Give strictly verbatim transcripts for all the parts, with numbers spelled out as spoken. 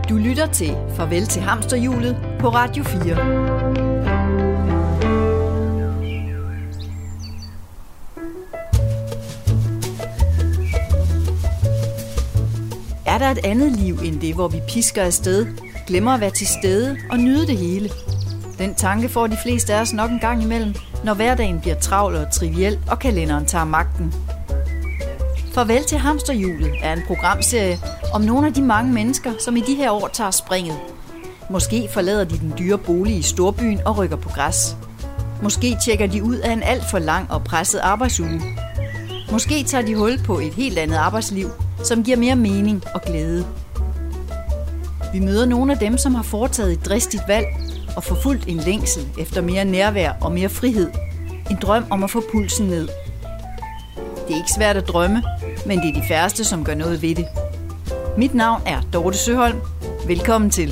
Du lytter til Farvel til hamsterhjulet på Radio fire. Er der et andet liv end det, hvor vi pisker afsted, glemmer at være til stede og nyde det hele? Den tanke får de fleste af os nok en gang imellem, når hverdagen bliver travl og triviel, og kalenderen tager magten. Farvel til hamsterhjulet er en programserie om nogle af de mange mennesker, som i de her år tager springet. Måske forlader de den dyre bolig i storbyen og rykker på græs. Måske tjekker de ud af en alt for lang og presset arbejdsuge. Måske tager de hul på et helt andet arbejdsliv, som giver mere mening og glæde. Vi møder nogle af dem, som har foretaget et dristigt valg og forfulgt en længsel efter mere nærvær og mere frihed. En drøm om at få pulsen ned. Det er ikke svært at drømme, men det er de færreste, som gør noget ved det. Mit navn er Dorte Søholm. Velkommen til.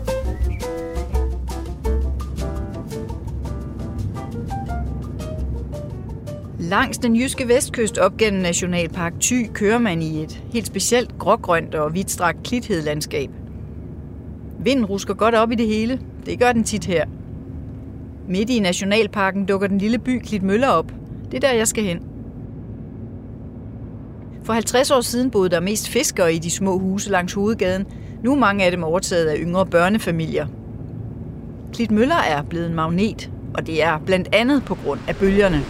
Langs den jyske vestkyst op gennem Nationalpark Thy kører man i et helt specielt grågrønt og vidtstrakt klithedlandskab. Vinden rusker godt op i det hele. Det gør den tit her. Midt i nationalparken dukker den lille by Klitmøller op. Det er der, jeg skal hen. For halvtreds år siden boede der mest fiskere i de små huse langs hovedgaden. Nu er mange af dem overtaget af yngre børnefamilier. Klitmøller er blevet en magnet, og det er blandt andet på grund af bølgerne.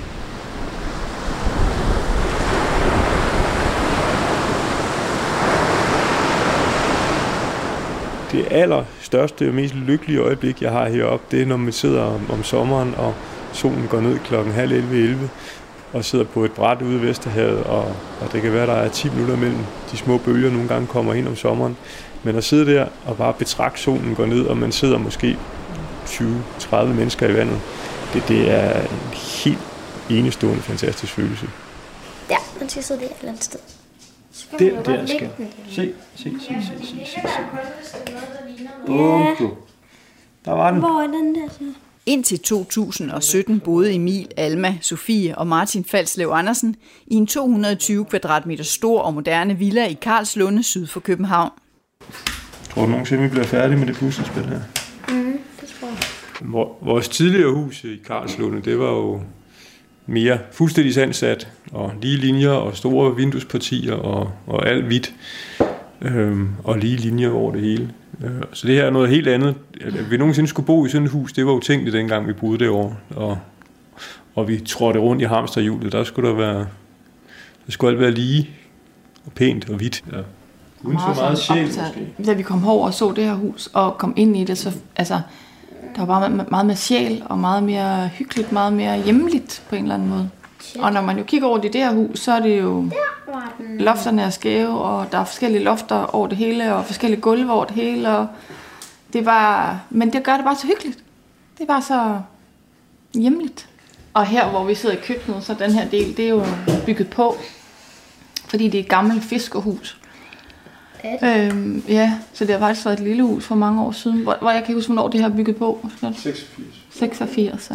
Det allerstørste og mest lykkelige øjeblik, jeg har heroppe, det er, når man sidder om, om sommeren, og solen går ned klokken halv elleve, elleve, og sidder på et bræt ude i Vesterhavet, og, og det kan være, der er ti minutter mellem de små bølger, nogle gange kommer ind om sommeren. Men at sidde der og bare betragte solen går ned, og man sidder måske tyve til tredive mennesker i vandet, det, det er en helt enestående, fantastisk følelse. Ja, man skal sidde der et eller andet sted. Det der skal. Se, se, se, se, se, se, se. Bum, du. Der var den. Hvor er den der så? Indtil to tusind og sytten boede Emil, Alma, Sofie og Martin Falslev Andersen i en to hundrede og tyve kvadratmeter stor og moderne villa i Karlslunde syd for København. Tror du nogensinde, vi bliver færdige med det puslespil her? Mm, det tror jeg. Vores tidligere hus i Karlslunde, det var jo mere fuldstændig sandsat, og lige linjer og store vinduespartier og, og alt hvidt, øhm, og lige linjer over det hele. Så det her er noget helt andet. At vi nogensinde skulle bo i sådan et hus, det var utænkeligt dengang vi boede derovre, og, og vi trådte rundt i hamsterhjulet. Der skulle der være, der skulle alt være lige og pænt og hvidt. Ja. Uden meget så meget sjæl måske. Da vi kom over og så det her hus og kom ind i det, så altså der var bare meget mere sjæl og meget mere hyggeligt, meget mere hjemligt på en eller anden måde. Shit. Og når man jo kigger over det der hus, så er det jo lofterne er skæve, og der er forskellige lofter over det hele, og forskellige gulve over det hele, og det var, men det gør det bare så hyggeligt. Det var så hjemligt. Og her, hvor vi sidder i køkkenet, så den her del, det er jo bygget på, fordi det er et gammelt fiskerhus. Øhm, ja, så det har faktisk været et lille hus for mange år siden, hvor, hvor jeg kan ikke huske, hvornår det her er bygget på. seksogfirs. seksogfirs, ja.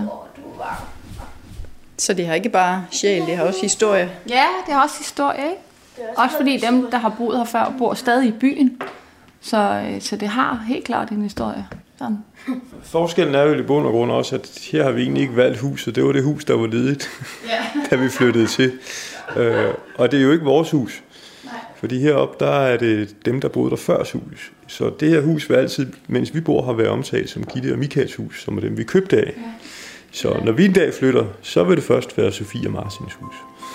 Så det har ikke bare sjæl, det har også historie. Ja, det har også historie, ikke? Også, også fordi dem, der har boet her før, bor stadig i byen. Så, så det har helt klart en historie. Sådan. Forskellen er jo i bund og grund også, at her har vi egentlig ikke valgt huset. Det var det hus, der var ledigt, ja. Da vi flyttede til. Øh, og det er jo ikke vores hus. Nej. Fordi heroppe, der er det dem, der boede der før hus. Så det her hus vil altid, mens vi bor, har været omtalt som Gitte og Michaels hus, som er dem, vi købte af. Ja. Så når vi en dag flytter, så vil det først være Sofie og Martins hus.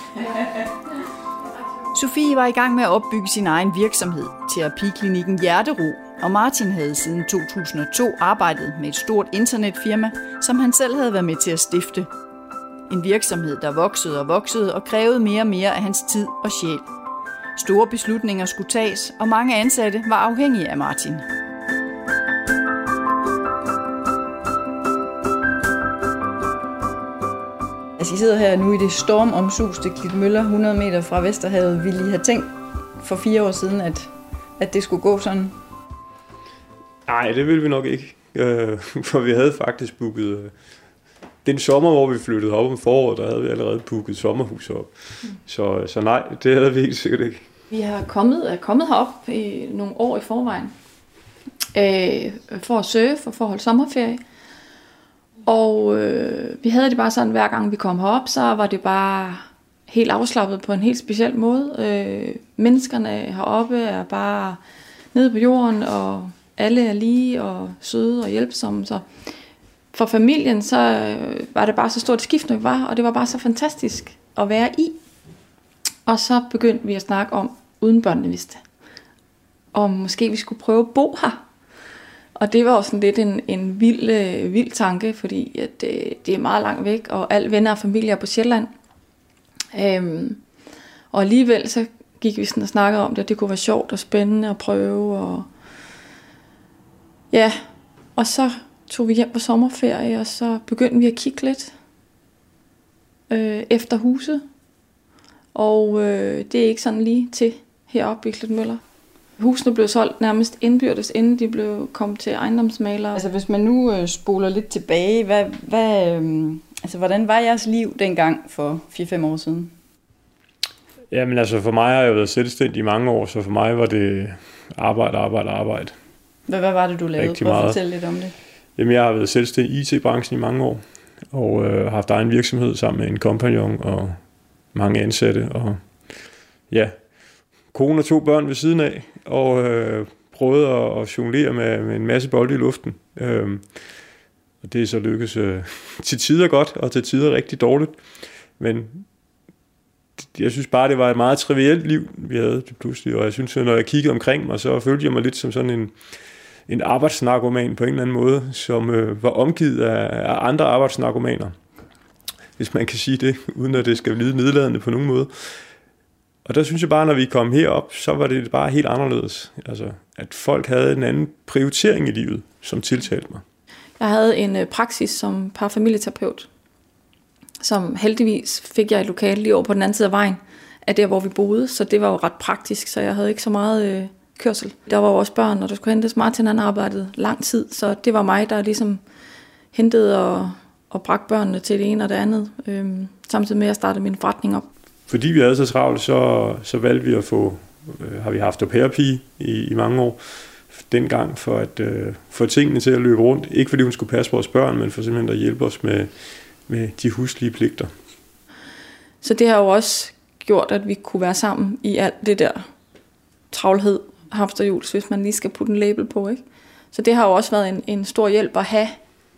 Sofie var i gang med at opbygge sin egen virksomhed, terapiklinikken Hjertero, og Martin havde siden to tusind og to arbejdet med et stort internetfirma, som han selv havde været med til at stifte. En virksomhed, der voksede og voksede og krævede mere og mere af hans tid og sjæl. Store beslutninger skulle tages, og mange ansatte var afhængige af Martin. Altså, I sidder her nu i det stormomsuste Klitmøller, hundrede meter fra Vesterhavet. Ville I have tænkt for fire år siden, at, at det skulle gå sådan? Nej, det ville vi nok ikke. For vi havde faktisk booket... Den sommer, hvor vi flyttede op om foråret, der havde vi allerede booket sommerhus op. Mm. Så, så nej, det havde vi helt sikkert ikke. Vi har kommet, er kommet herop i nogle år i forvejen. øh, for at surfe og for at holde sommerferie. Og øh, vi havde det bare sådan, hver gang vi kom herop, så var det bare helt afslappet på en helt speciel måde. Øh, menneskerne heroppe er bare nede på jorden, og alle er lige og søde og hjælpsomme. Så for familien, så øh, var det bare så stort skift, når vi var, og det var bare så fantastisk at være i. Og så begyndte vi at snakke om, uden børnene vidste, om måske vi skulle prøve at bo her. Og det var jo sådan lidt en, en vild, øh, vild tanke, fordi at, øh, det er meget langt væk, og alle venner og familie er på Sjælland. Øhm, og alligevel så gik vi sådan og snakkede om det, at det kunne være sjovt og spændende at prøve. Og ja, og så tog vi hjem på sommerferie, og så begyndte vi at kigge lidt øh, efter huset. Og øh, det er ikke sådan lige til heroppe i Klitmøller. Husene blev solgt nærmest indbyrdes, inden de blev kommet til ejendomsmalere. Altså hvis man nu øh, spoler lidt tilbage, hvad, hvad, øh, altså, hvordan var jeres liv dengang for fire fem år siden? Jamen altså for mig har jeg været selvstændig i mange år, så for mig var det arbejde, arbejde, arbejde. Hvad, hvad var det, du lavede? Rigtig Prøv at meget. fortælle lidt om det. Jamen jeg har været selvstændig i I T-branchen i mange år, og øh, har haft egen virksomhed sammen med en kompagnon og mange ansatte, og ja, kone og to børn ved siden af, og øh, prøvede at, at jonglere med, med en masse bolde i luften. Øhm, og det er så lykkes øh, til tider godt, og til tider rigtig dårligt. Men jeg synes bare, det var et meget trivielt liv, vi havde pludselig, og jeg synes, når jeg kiggede omkring mig, så følte jeg mig lidt som sådan en, en arbejdsnarkoman på en eller anden måde, som øh, var omgivet af, af andre arbejdsnarkomaner, hvis man kan sige det, uden at det skal lyde nedladende på nogen måde. Og der synes jeg bare, når vi kom herop, så var det bare helt anderledes. Altså, at folk havde en anden prioritering i livet, som tiltalte mig. Jeg havde en øh, praksis som parfamilieterapeut, som heldigvis fik jeg et lokale lige over på den anden side af vejen, af der, hvor vi boede. Så det var jo ret praktisk, så jeg havde ikke så meget øh, kørsel. Der var jo også børn, og der skulle hentes. Martin, han arbejdede lang tid, så det var mig, der ligesom hentede og, og bragte børnene til det ene og det andet, øh, samtidig med at starte min forretning op. Fordi vi havde så travlt, så, så valgte vi at få, øh, har vi haft au pair-pige i, i mange år, dengang for at øh, få tingene til at løbe rundt. Ikke fordi hun skulle passe vores børn, men for simpelthen at hjælpe os med, med de huslige pligter. Så det har jo også gjort, at vi kunne være sammen i alt det der travlhed, hamsterhjul, hvis man lige skal putte en label på, ikke? Så det har jo også været en, en stor hjælp at have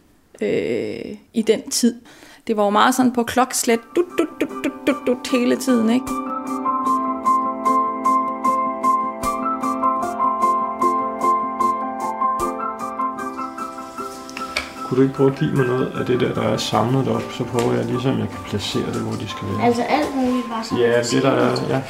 øh, i den tid. Det var jo meget sådan på klokkeslæt, dut, dut, dut, dut, dut, dut, hele tiden, ikke? Kunne du ikke prøve at give mig noget af det der, der er samlet op, så prøver jeg lige, så jeg kan placere det, hvor de skal være. Altså alt muligt bare sådan. Ja, det der er, ja.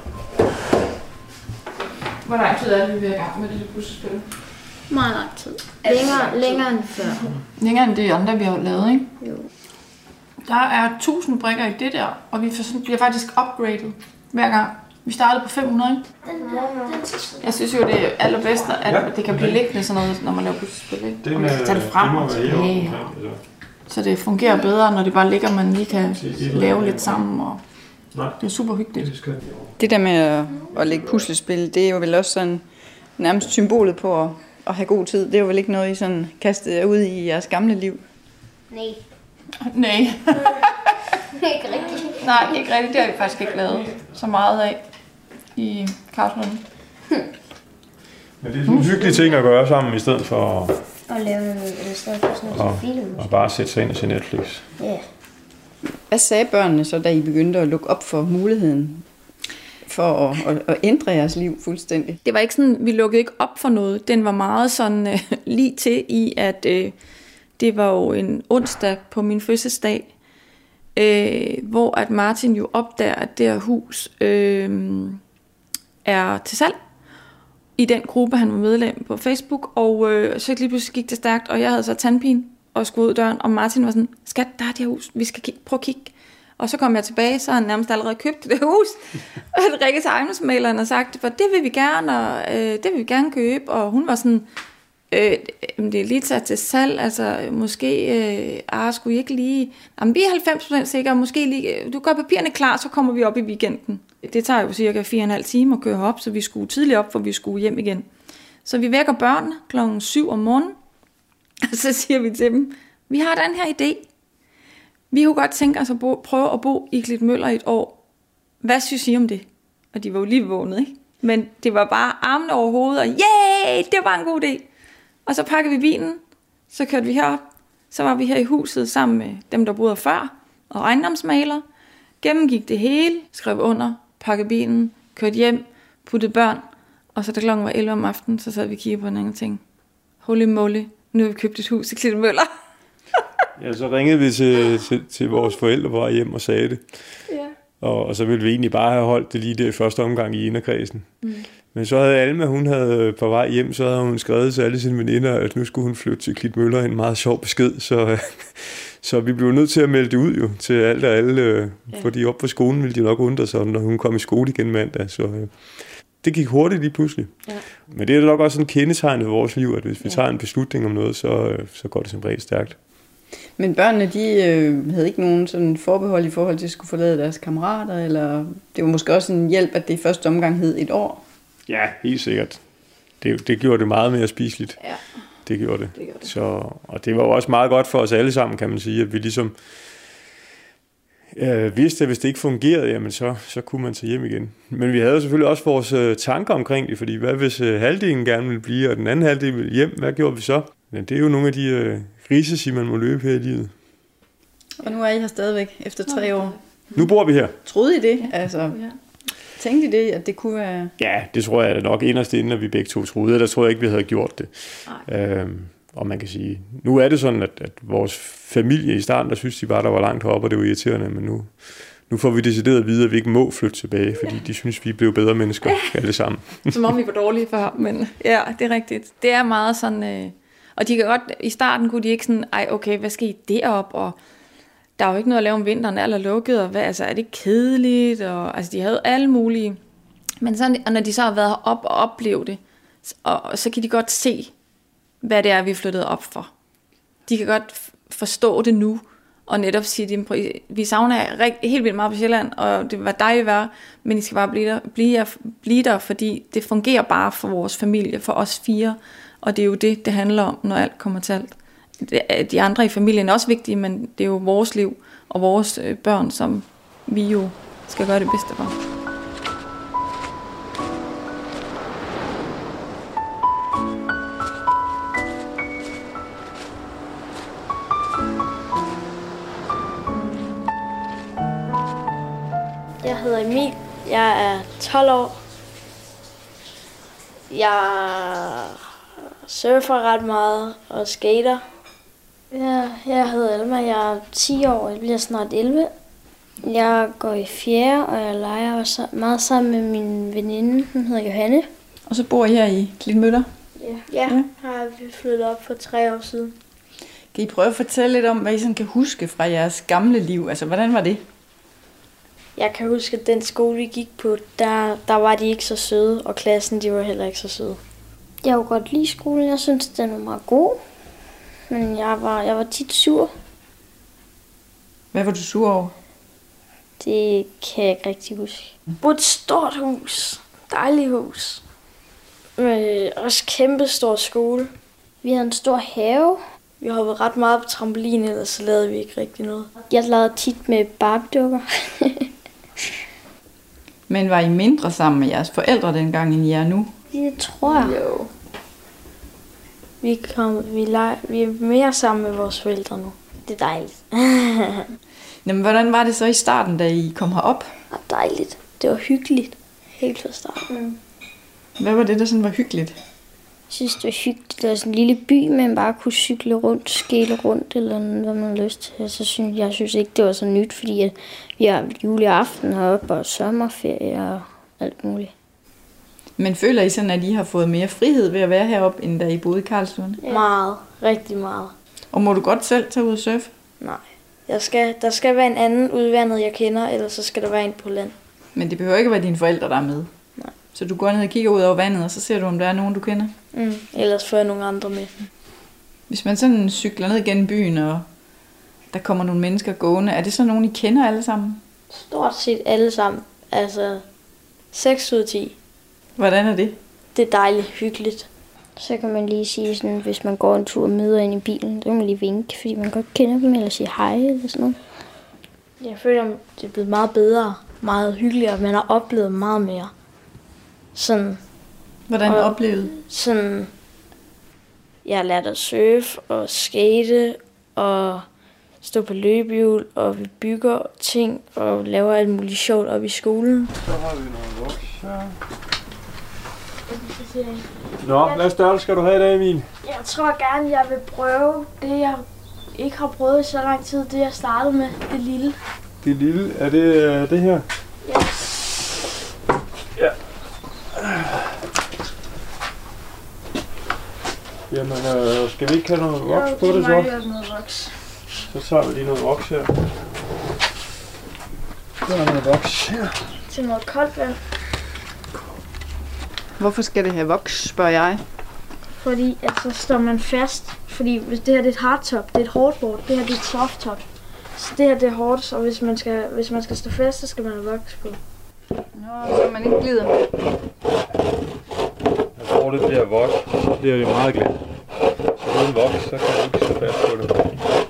Hvor lang tid er det, vi er i gang med det puslespil? Meget lang tid. Længere, længere end før. Længere end det andre, vi har lavet, ikke? Jo. Der er tusind brikker i det der, og vi bliver faktisk upgradet hver gang. Vi startede på fem hundrede, ikke? Den der, den sidste. Jeg synes jo, det er allerbedst, at ja, det kan blive liggende sådan noget, når man laver puslespil, ikke? Det, og man kan tage det frem og tilbage. Så det fungerer bedre, når det bare ligger, man lige kan lave lidt sammen, og det er super hyggeligt. Det der med at, at lægge puslespil, det er jo vel også sådan nærmest symbolet på at, at have god tid. Det er jo vel ikke noget, I sådan kastede ud i jeres gamle liv? Nej. Nej. Ikke rigtigt. Nej, ikke rigtigt. Det har vi faktisk ikke lavet så meget af i Karlslunde. Men det er en hyggelig ting at gøre sammen, i stedet for at, Og lave noget, i stedet for sådan noget film. og bare sætte sig ind til Netflix. Ja. Hvad sagde børnene så, da I begyndte at lukke op for muligheden for at, at, at ændre jeres liv fuldstændig? Det var ikke sådan, vi lukkede ikke op for noget. Den var meget sådan øh, lige til i, at øh, det var jo en onsdag på min fødselsdag, øh, hvor at Martin jo opdager, at det her hus øh, er til salg i den gruppe, han var medlem på Facebook, og øh, så lige pludselig gik det stærkt, og jeg havde så tandpine og skulle ud døren, og Martin var sådan, skat, der er det her hus, vi skal kigge, prøve at kigge. Og så kom jeg tilbage, så har han nærmest allerede købt det hus, og han ringede til ejendomsmægleren og sagt, for det vil vi gerne, og øh, det vil vi gerne købe, og hun var sådan, øh, det er lige taget til salg, altså måske, øh, ah, skulle I ikke lige, jamen vi er halvfems procent sikre, måske lige, du gør papirerne klar, så kommer vi op i weekenden. Det tager jo cirka fire og en halv time at køre op, så vi skulle tidligt op, for vi skulle hjem igen. Så vi vækker børnene klokken syv om morgenen, og så siger vi til dem, vi har den her idé. Vi kunne godt tænke os at bo, prøve at bo i Klitmøller i et år. Hvad synes I om det? Og de var jo lige vågnet, ikke? Men det var bare armen over hovedet, og yeah, det var en god idé. Og så pakkede vi bilen, så kørte vi herop. Så var vi her i huset sammen med dem, der boede før, og ejendomsmaler. Gennemgik det hele, skrev under, pakkede bilen, kørte hjem, puttede børn. Og så da klokken var elleve om aftenen, så sad vi og kiggede på hinanden og tænkte, holy moly, nu har vi købt et hus i Klitmøller. Ja, så ringede vi til, til, til vores forældre, hvor hjem og sagde det. Ja. Og, og så ville vi egentlig bare have holdt det lige der i første omgang i inderkredsen. Mm. Men så havde Alma, hun havde på vej hjem, så havde hun skrevet til alle sine veninder, at nu skulle hun flytte til Klitmøller, en meget sjov besked. Så, så vi blev nødt til at melde det ud jo, til alt og alle, ja. Fordi op på skolen ville de nok undre sig, når hun kom i skole igen mandag. Så det gik hurtigt lige pludselig. Ja. Men det er nok også sådan kendetegnet i vores liv, at hvis vi ja. tager en beslutning om noget, så, så går det som regel stærkt. Men børnene, de øh, havde ikke nogen sådan forbehold i forhold til at skulle forlade deres kammerater, eller det var måske også en hjælp, at det i første omgang hed et år? Ja, helt sikkert. Det, det gjorde det meget mere spiseligt. Ja. Det gjorde det. det, gjorde det. Så, og det var jo også meget godt for os alle sammen, kan man sige, at vi ligesom øh, vidste, at hvis det ikke fungerede, jamen så, så kunne man tage hjem igen. Men vi havde selvfølgelig også vores øh, tanker omkring det, fordi hvad hvis øh, halvdelen gerne ville blive, og den anden halvdel ville hjem, hvad gjorde vi så? Men det er jo nogle af de øh, risici, man må løbe her i livet. Og nu er I her stadigvæk efter tre år. Nu bor vi her. Troede I det? Altså, tænkte I det, at det kunne være... Ja, det tror jeg nok inderst inden, at vi begge to troede. Der tror jeg ikke, vi havde gjort det. Øhm, og man kan sige, nu er det sådan, at, at vores familie i starten, der synes de bare, der var langt heroppe, og det var irriterende, men nu, nu får vi decideret at vide, at vi ikke må flytte tilbage, fordi ja. de synes, vi blev bedre mennesker alle sammen. Som om vi var dårlige før, men ja, det er rigtigt. Det er meget sådan... Øh... Og de kan godt, i starten kunne de ikke sådan, ej okay, hvad skal I derop, og der er jo ikke noget at lave om vinteren, alt er lukket, og hvad, altså er det kedeligt, og altså de havde alle mulige, men sådan, og når de så har været op og oplevet det, og, og så kan de godt se, hvad det er, vi er flyttet op for. De kan godt forstå det nu, og netop sige, at vi savner rigtig, helt vildt meget på Sjælland, og det var dejligt at være, men I skal bare blive der, blive, blive der, fordi det fungerer bare for vores familie, for os fire. Og det er jo det, det handler om, når alt kommer til alt. De andre i familien er også vigtige, men det er jo vores liv og vores børn, som vi jo skal gøre det bedste for. Jeg hedder Emil. Jeg er tolv år. Jeg surfer ret meget og skater. Ja, jeg hedder Alma, jeg er ti år, jeg bliver snart elleve. Jeg går i fjerde, og jeg leger også meget sammen med min veninde, hun hedder Johanne. Og så bor I her i Klitmøller? Ja, ja. ja. Har vi flyttet op for tre år siden. Kan I prøve at fortælle lidt om, hvad I sådan kan huske fra jeres gamle liv? Altså, hvordan var det? Jeg kan huske, at den skole, vi gik på, der, der var de ikke så søde, og klassen, de var heller ikke så søde. Jeg kunne godt lide skolen. Jeg synes, den var meget god. Men jeg var, jeg var tit sur. Hvad var du sur over? Det kan jeg ikke rigtig huske. Jeg boede et stort hus. Dejligt hus. Med også kæmpe stor skole. Vi havde en stor have. Vi hoppede ret meget på trampolin, ellers så lavede vi ikke rigtig noget. Jeg lavede tit med Barbie-dukker. Men var I mindre sammen med jeres forældre dengang, end I er nu? Det tror jeg. Jo. Vi, kom, vi, leger, vi er mere sammen med vores forældre nu. Det er dejligt. Jamen, hvordan var det så i starten, da I kom herop? Det var dejligt. Det var hyggeligt. Helt fra starten. Hvad var det, der sådan var hyggeligt? Jeg synes, det var hyggeligt. Det var sådan en lille by, man bare kunne cykle rundt, skæle rundt, eller hvad man havde lyst til. Så synes, jeg synes ikke, det var så nyt, fordi at vi har juleaften heroppe, og sommerferie og alt muligt. Men føler I sådan, at I har fået mere frihed ved at være heroppe, end da I boede i Karlslunde? Ja. Meget. Rigtig meget. Og må du godt selv tage ud og surfe? Nej. Jeg skal, der skal være en anden udvandet, jeg kender, eller så skal der være en på land. Men det behøver ikke være dine forældre, der er med? Nej. Så du går ned og kigger ud over vandet, og så ser du, om der er nogen, du kender? Mm. Ellers får jeg nogle andre med. Hvis man sådan cykler ned gennem byen, og der kommer nogle mennesker gående, er det så nogen, I kender alle sammen? Stort set alle sammen. Altså seks ud af ti. Hvordan er det? Det er dejligt hyggeligt. Så kan man lige sige sådan, hvis man går en tur og møder ind i bilen, så kan man lige vinke, fordi man godt kender dem, eller sige hej eller sådan noget. Jeg føler, at det er blevet meget bedre, meget hyggeligere, man har oplevet meget mere. Sådan, Hvordan og, oplevede? Sådan, jeg har lært at surfe og skate og stå på løbehjul, og vi bygger ting og laver alt muligt sjovt op i skolen. Så har vi nogle voks her. Nå, hvad størrelse skal du have i dag, Emil? Jeg tror gerne, jeg vil prøve det, jeg ikke har prøvet i så lang tid, det jeg startede med, det lille. Det lille, er det uh, det her? Ja. Ja. Jamen, øh, skal vi ikke have noget voks på det så? Jo, det noget voks. Så tager vi lige noget voks her. Der er noget voks her. Til noget koldt vand. Hvorfor skal det have voks, spørger jeg? Fordi at så står man fast. Fordi hvis det her det er et hardtop, det er et hårdt board, det her det er et softtop. Så det her det er hårdt, så hvis man skal, hvis man skal stå fast, så skal man have voks på. Nå, så man ikke glider. Jeg tror, det bliver voks, så bliver det meget glat. Så uden voks, så kan jeg ikke stå fast på det.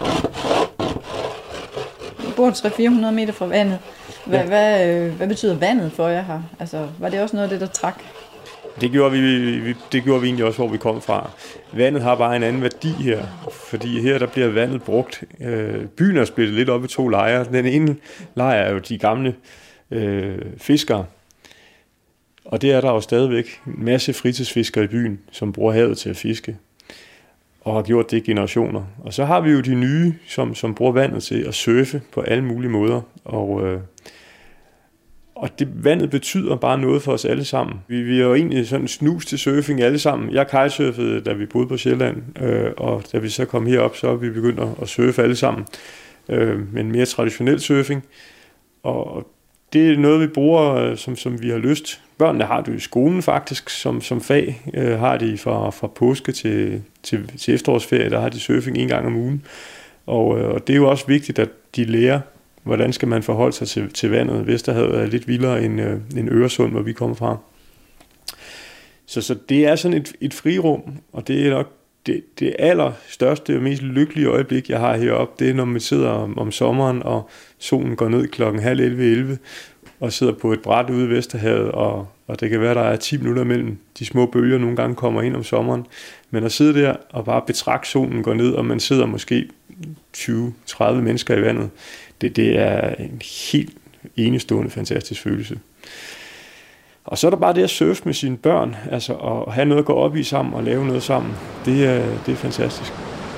Du bor tre til fire hundrede meter fra vandet. Hvad, Ja. hvad, øh, hvad betyder vandet for jer her? Altså, var det også noget af det, der trak? Det gjorde vi, vi, det gjorde vi egentlig også, hvor vi kom fra. Vandet har bare en anden værdi her, fordi her der bliver vandet brugt. Øh, byen er splittet lidt op i to lejre. Den ene lejr er jo de gamle øh, fiskere, og det er der jo stadigvæk en masse fritidsfiskere i byen, som bruger havet til at fiske, og har gjort det i generationer. Og så har vi jo de nye, som, som bruger vandet til at surfe på alle mulige måder, og øh, Og det, vandet betyder bare noget for os alle sammen. Vi, vi er jo egentlig sådan snus til surfing alle sammen. Jeg kitesurfede, da vi boede på Sjælland, øh, og da vi så kom herop, så er vi begyndt at surfe alle sammen. Øh, men mere traditionel surfing. Og det er noget, vi bruger, som, som vi har lyst. Børnene har det i skolen faktisk, som, som fag. Øh, har de fra, fra påske til, til, til efterårsferie, der har de surfing en gang om ugen. Og, øh, og det er jo også vigtigt, at de lærer, hvordan skal man forholde sig til, til vandet. Vesterhavet er lidt vildere end, øh, end Øresund, hvor vi kommer fra. Så, så det er sådan et, et frirum, og det er nok det, det allerstørste og mest lykkelige øjeblik, jeg har heroppe. Det er, når man sidder om, om sommeren, og solen går ned klokken halv elleve, elleve, og sidder på et bræt ude i Vesterhavet, og, og det kan være, der er ti minutter mellem de små bølger, nogle gange kommer ind om sommeren. Men at sidde der og bare betragte solen går ned, og man sidder måske tyve til tredive mennesker i vandet, Det, det er en helt enestående, fantastisk følelse. Og så er der bare det at surfe med sine børn, altså at have noget at gå op i sammen og lave noget sammen. Det er, det er fantastisk.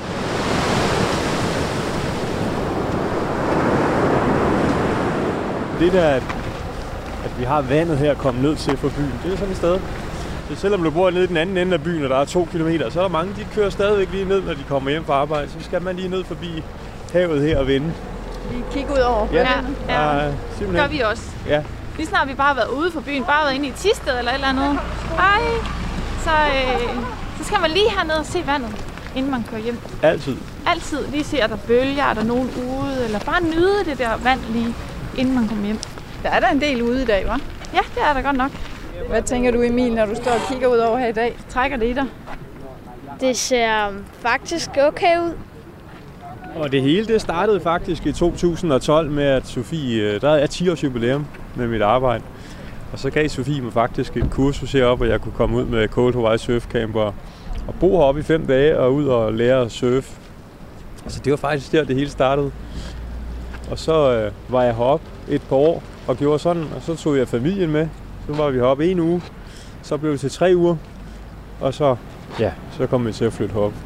Det der, at, at vi har vandet her kommet ned til for byen, det er sådan et sted. Så selvom du bor nede i den anden ende af byen, og der er to kilometer, så er der mange, de kører stadigvæk lige ned, når de kommer hjem fra arbejde. Så skal man lige ned forbi havet her og vende. Lige kigge ud over. Ja, ja. Uh, Det gør vi også. Ja. Lige snart vi bare har været ude for byen, bare været inde i Thisted eller et eller andet. Ej, så, øh, så skal man lige herned og se vandet, inden man kører hjem. Altid. Altid lige se, er der bølger, er der nogen ude, eller bare nyde det der vand lige, inden man kommer hjem. Der er der en del ude i dag, hva'? Ja, det er der godt nok. Hvad tænker du, Emil, når du står og kigger ud over her i dag? Trækker det i dig? Det ser faktisk okay ud. Og det hele det startede faktisk i to tusind og tolv med, at Sofie, der er ti års jubilæum med mit arbejde. Og så gav Sofie mig faktisk et kursus heroppe, og jeg kunne komme ud med Cold Hawaii Surf Camp og, og bo heroppe i fem dage og ud og lære at surfe. Så det var faktisk der, det hele startede. Og så øh, var jeg heroppe et par år og gjorde sådan, og så tog jeg familien med. Så var vi heroppe en uge, så blev det til tre uger, og så, ja, så kom vi til at flytte heroppe.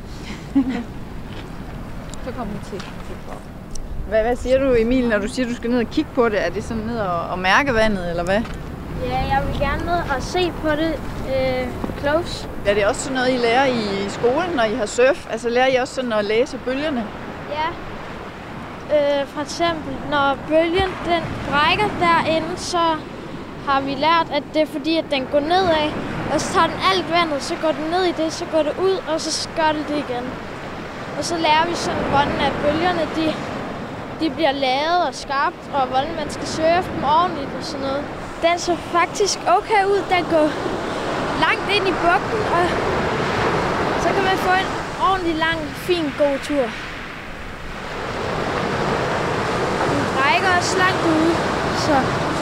Så kommer vi til. Hvad, hvad siger du, Emil, når du siger, at du skal ned og kigge på det? Er det sådan ned og, og mærke vandet, eller hvad? Ja, jeg vil gerne ned og se på det øh, close. Er det også sådan noget, I lærer i skolen, når I har surf? Altså lærer I også sådan at læse bølgerne? Ja. Øh, for eksempel, når bølgen den brækker derinde, så har vi lært, at det er fordi, at den går nedad. Og så tager den alt vandet, så går den ned i det, så går det ud, og så gør det det igen. Og så lærer vi sådan, hvordan at bølgerne de, de bliver lavet og skabt, og hvordan man skal surfe dem ordentligt og sådan noget. Den så faktisk okay ud. Den går langt ind i bugten, og kan man få en ordentlig lang, fin, god tur. Og den rækker også langt ude, så...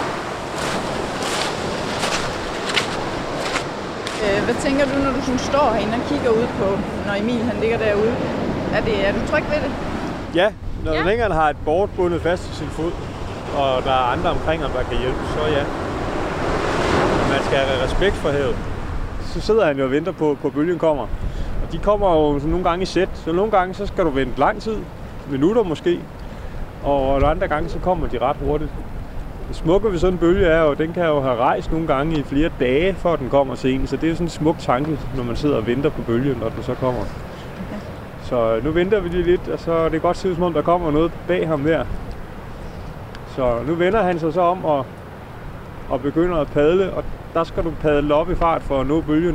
Hvad tænker du, når du sådan står herinde og kigger ud på, når Emil han ligger derude? Er, det, er du tryg ved det? Ja, når ja. længere har et board bundet fast til sin fod, og der er andre omkring ham, der kan hjælpe, så ja. Man skal have respekt for havet. Så sidder han jo og venter på, på bølgen kommer. Og de kommer jo nogle gange i sæt, så nogle gange så skal du vente lang tid, minutter måske, og andre gange så kommer de ret hurtigt. Det smukke ved sådan en bølge er jo, at den kan jo have rejst nogle gange i flere dage, før den kommer til en. Så det er jo sådan en smuk tanke, når man sidder og venter på bølgen, når den så kommer. Okay. Så nu venter vi lige lidt, og så er det godt se, som om der kommer noget bag ham der. Så nu vender han sig så om og, og begynder at padle, og der skal du padle op i fart for at nå bølgen.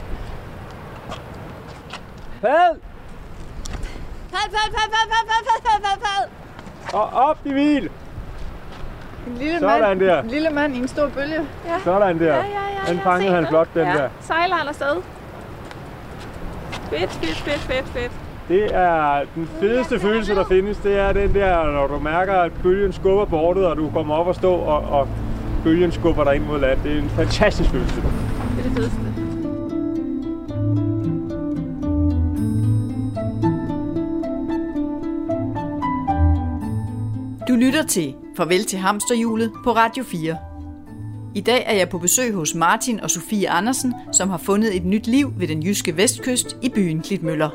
Padl! Pad, pad, pad, pad, pad, pad, pad, pad, pad. Og op i hvil! En lille Sådan mand, der. En lille mand i en stor bølge. Ja. Sådan der. Ja, ja, ja, Den fangede han flot, den ja. der. Sejler han afsted. Fedt, fedt, fedt, fedt, fedt. Det er den fedeste følelse, der findes. Det er den der, når du mærker, at bølgen skubber bordet, og du kommer op og stå, og, og bølgen skubber dig ind mod land. Det er en fantastisk følelse. Det er det fedeste. Du lytter til Farvel til hamsterhjulet på Radio fire. I dag er jeg på besøg hos Martin og Sofie Andersen, som har fundet et nyt liv ved den jyske vestkyst i byen Klitmøller.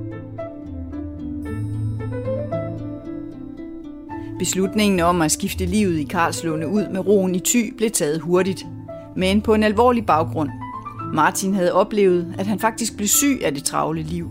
Beslutningen om at skifte livet i Karlslunde ud med roen i Thy blev taget hurtigt, men på en alvorlig baggrund. Martin havde oplevet, at han faktisk blev syg af det travle liv.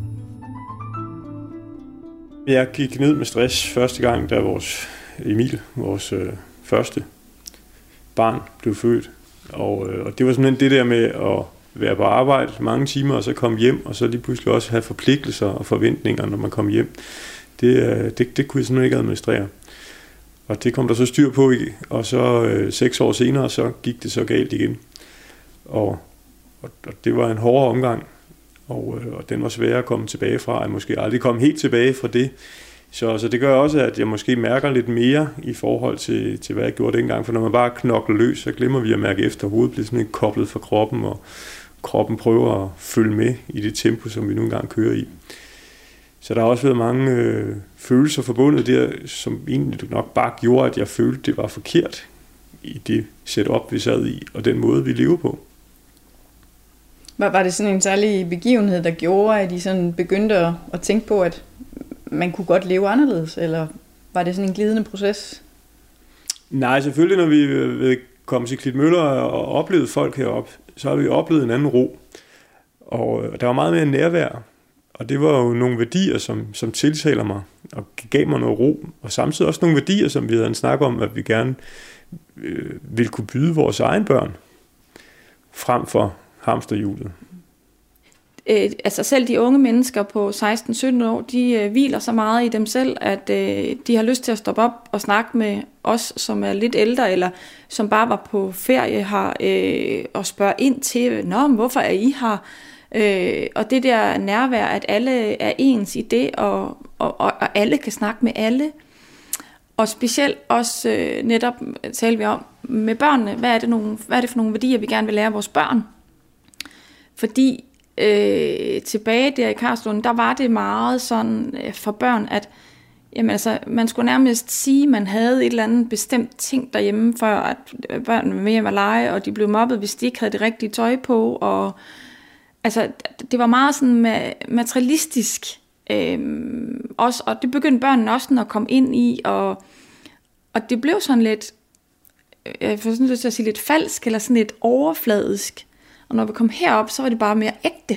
Jeg gik ned med stress første gang, da vores Emil, vores øh, første barn, blev født. Og, øh, og det var simpelthen det der med at være på arbejde mange timer, og så komme hjem, og så lige pludselig også have forpligtelser og forventninger, når man kom hjem. Det, øh, det, det kunne jeg simpelthen ikke administrere. Og det kom der så styr på, og så øh, seks år senere, så gik det så galt igen. Og, og, og det var en hårdere omgang, og, øh, og den var svær at komme tilbage fra. Jeg måske aldrig kom helt tilbage fra det. Så, så det gør også, at jeg måske mærker lidt mere i forhold til, til hvad jeg gjorde dengang. For når man bare knokler løs, så glemmer vi at mærke efter. Hovedet bliver sådan koblet fra kroppen, og kroppen prøver at følge med i det tempo, som vi nu engang kører i. Så der har også været mange øh, følelser forbundet der, som egentlig nok bare gjorde, at jeg følte, at det var forkert i det setup, vi sad i, og den måde, vi lever på. Var, var det sådan en særlig begivenhed, der gjorde, at I sådan begyndte at, at tænke på, at man kunne godt leve anderledes, eller var det sådan en glidende proces? Nej, selvfølgelig, når vi kom til Klitmøller og oplevede folk heroppe, så har vi oplevet en anden ro. Og der var meget mere nærvær, og det var jo nogle værdier, som, som tiltaler mig og gav mig noget ro. Og samtidig også nogle værdier, som vi havde en snak om, at vi gerne øh, ville kunne byde vores egen børn frem for hamsterhjulet. Øh, altså selv de unge mennesker på seksten sytten år, de øh, hviler så meget i dem selv, at øh, de har lyst til at stoppe op og snakke med os, som er lidt ældre, eller som bare var på ferie her, øh, og spørge ind til, nå, men hvorfor er I her? Øh, og det der nærvær, at alle er ens i det, og, og, og alle kan snakke med alle. Og specielt også øh, netop taler vi om med børnene, hvad er, det nogle, hvad er det for nogle værdier, vi gerne vil lære vores børn? Fordi øh, tilbage der i Karlslunde, der var det meget sådan øh, for børn, at jamen, altså, man skulle nærmest sige, at man havde et eller andet bestemt ting derhjemme, før at børnene var med hjem at lege, og de blev mobbet, hvis de ikke havde det rigtige tøj på. Og, altså, det var meget sådan materialistisk øhm, også, og det begyndte børnene også at komme ind i, og, og det blev sådan lidt, jeg får sådan lyst til at sige lidt falsk, eller sådan lidt overfladisk. Og når vi kom herop, så var det bare mere ægte.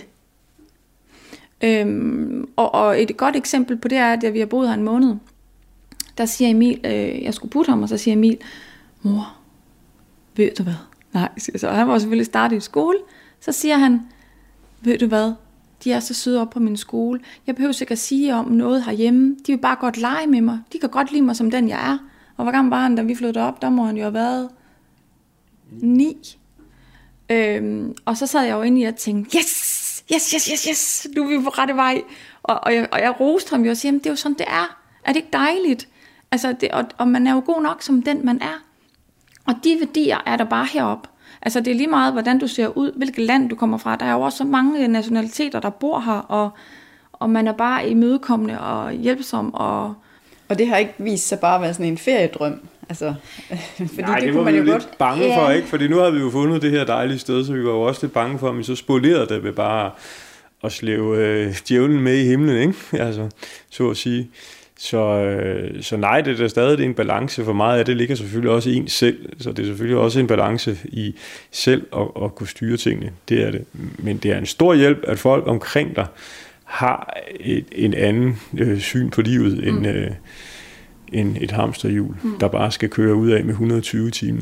Øhm, og, og et godt eksempel på det er, at da vi har boet her en måned, der siger Emil, øh, jeg skulle putte ham, og så siger Emil, mor, ved du hvad? Nej, så han var selvfølgelig startet i skole. Så siger han, ved du hvad? De er så søde op på min skole. Jeg behøver ikke at sige om noget herhjemme. De vil bare godt lege med mig. De kan godt lide mig som den, jeg er. Og hvor gammel var han, da vi flyttede op? Der må han jo have været ni. Øhm, og så sad jeg jo inde i og tænkte, yes! yes, yes, yes, yes, nu er vi på rette vej. Og, og, jeg, og jeg roste ham jo og siger, jamen det er jo sådan, det er. Er det ikke dejligt? Altså, det, og, og man er jo god nok som den, man er. Og de værdier er der bare heroppe. Altså, det er lige meget, hvordan du ser ud, hvilket land du kommer fra. Der er jo også så mange nationaliteter, der bor her, og, og man er bare imødekommende og hjælpsom. Og, og det har ikke vist sig bare at være sådan en feriedrøm. Altså, fordi Nej, det, det kunne man vi jo lidt godt. bange Ja. for, ikke? Fordi nu har vi jo fundet det her dejlige sted, så vi var jo også lidt bange for, at vi så spolerede det ved bare at slæve øh, djævlen med i himlen, ikke? Altså, så at sige. Så, øh, så nej, det er da stadig en balance. For meget af det ligger selvfølgelig også i en selv. Så det er selvfølgelig også en balance i selv at, at kunne styre tingene. Det er det. Men det er en stor hjælp, at folk omkring dig har et, en anden øh, syn på livet, mm. end, øh, end et hamsterhjul, mm. der bare skal køre ud af med et hundrede og tyve timer.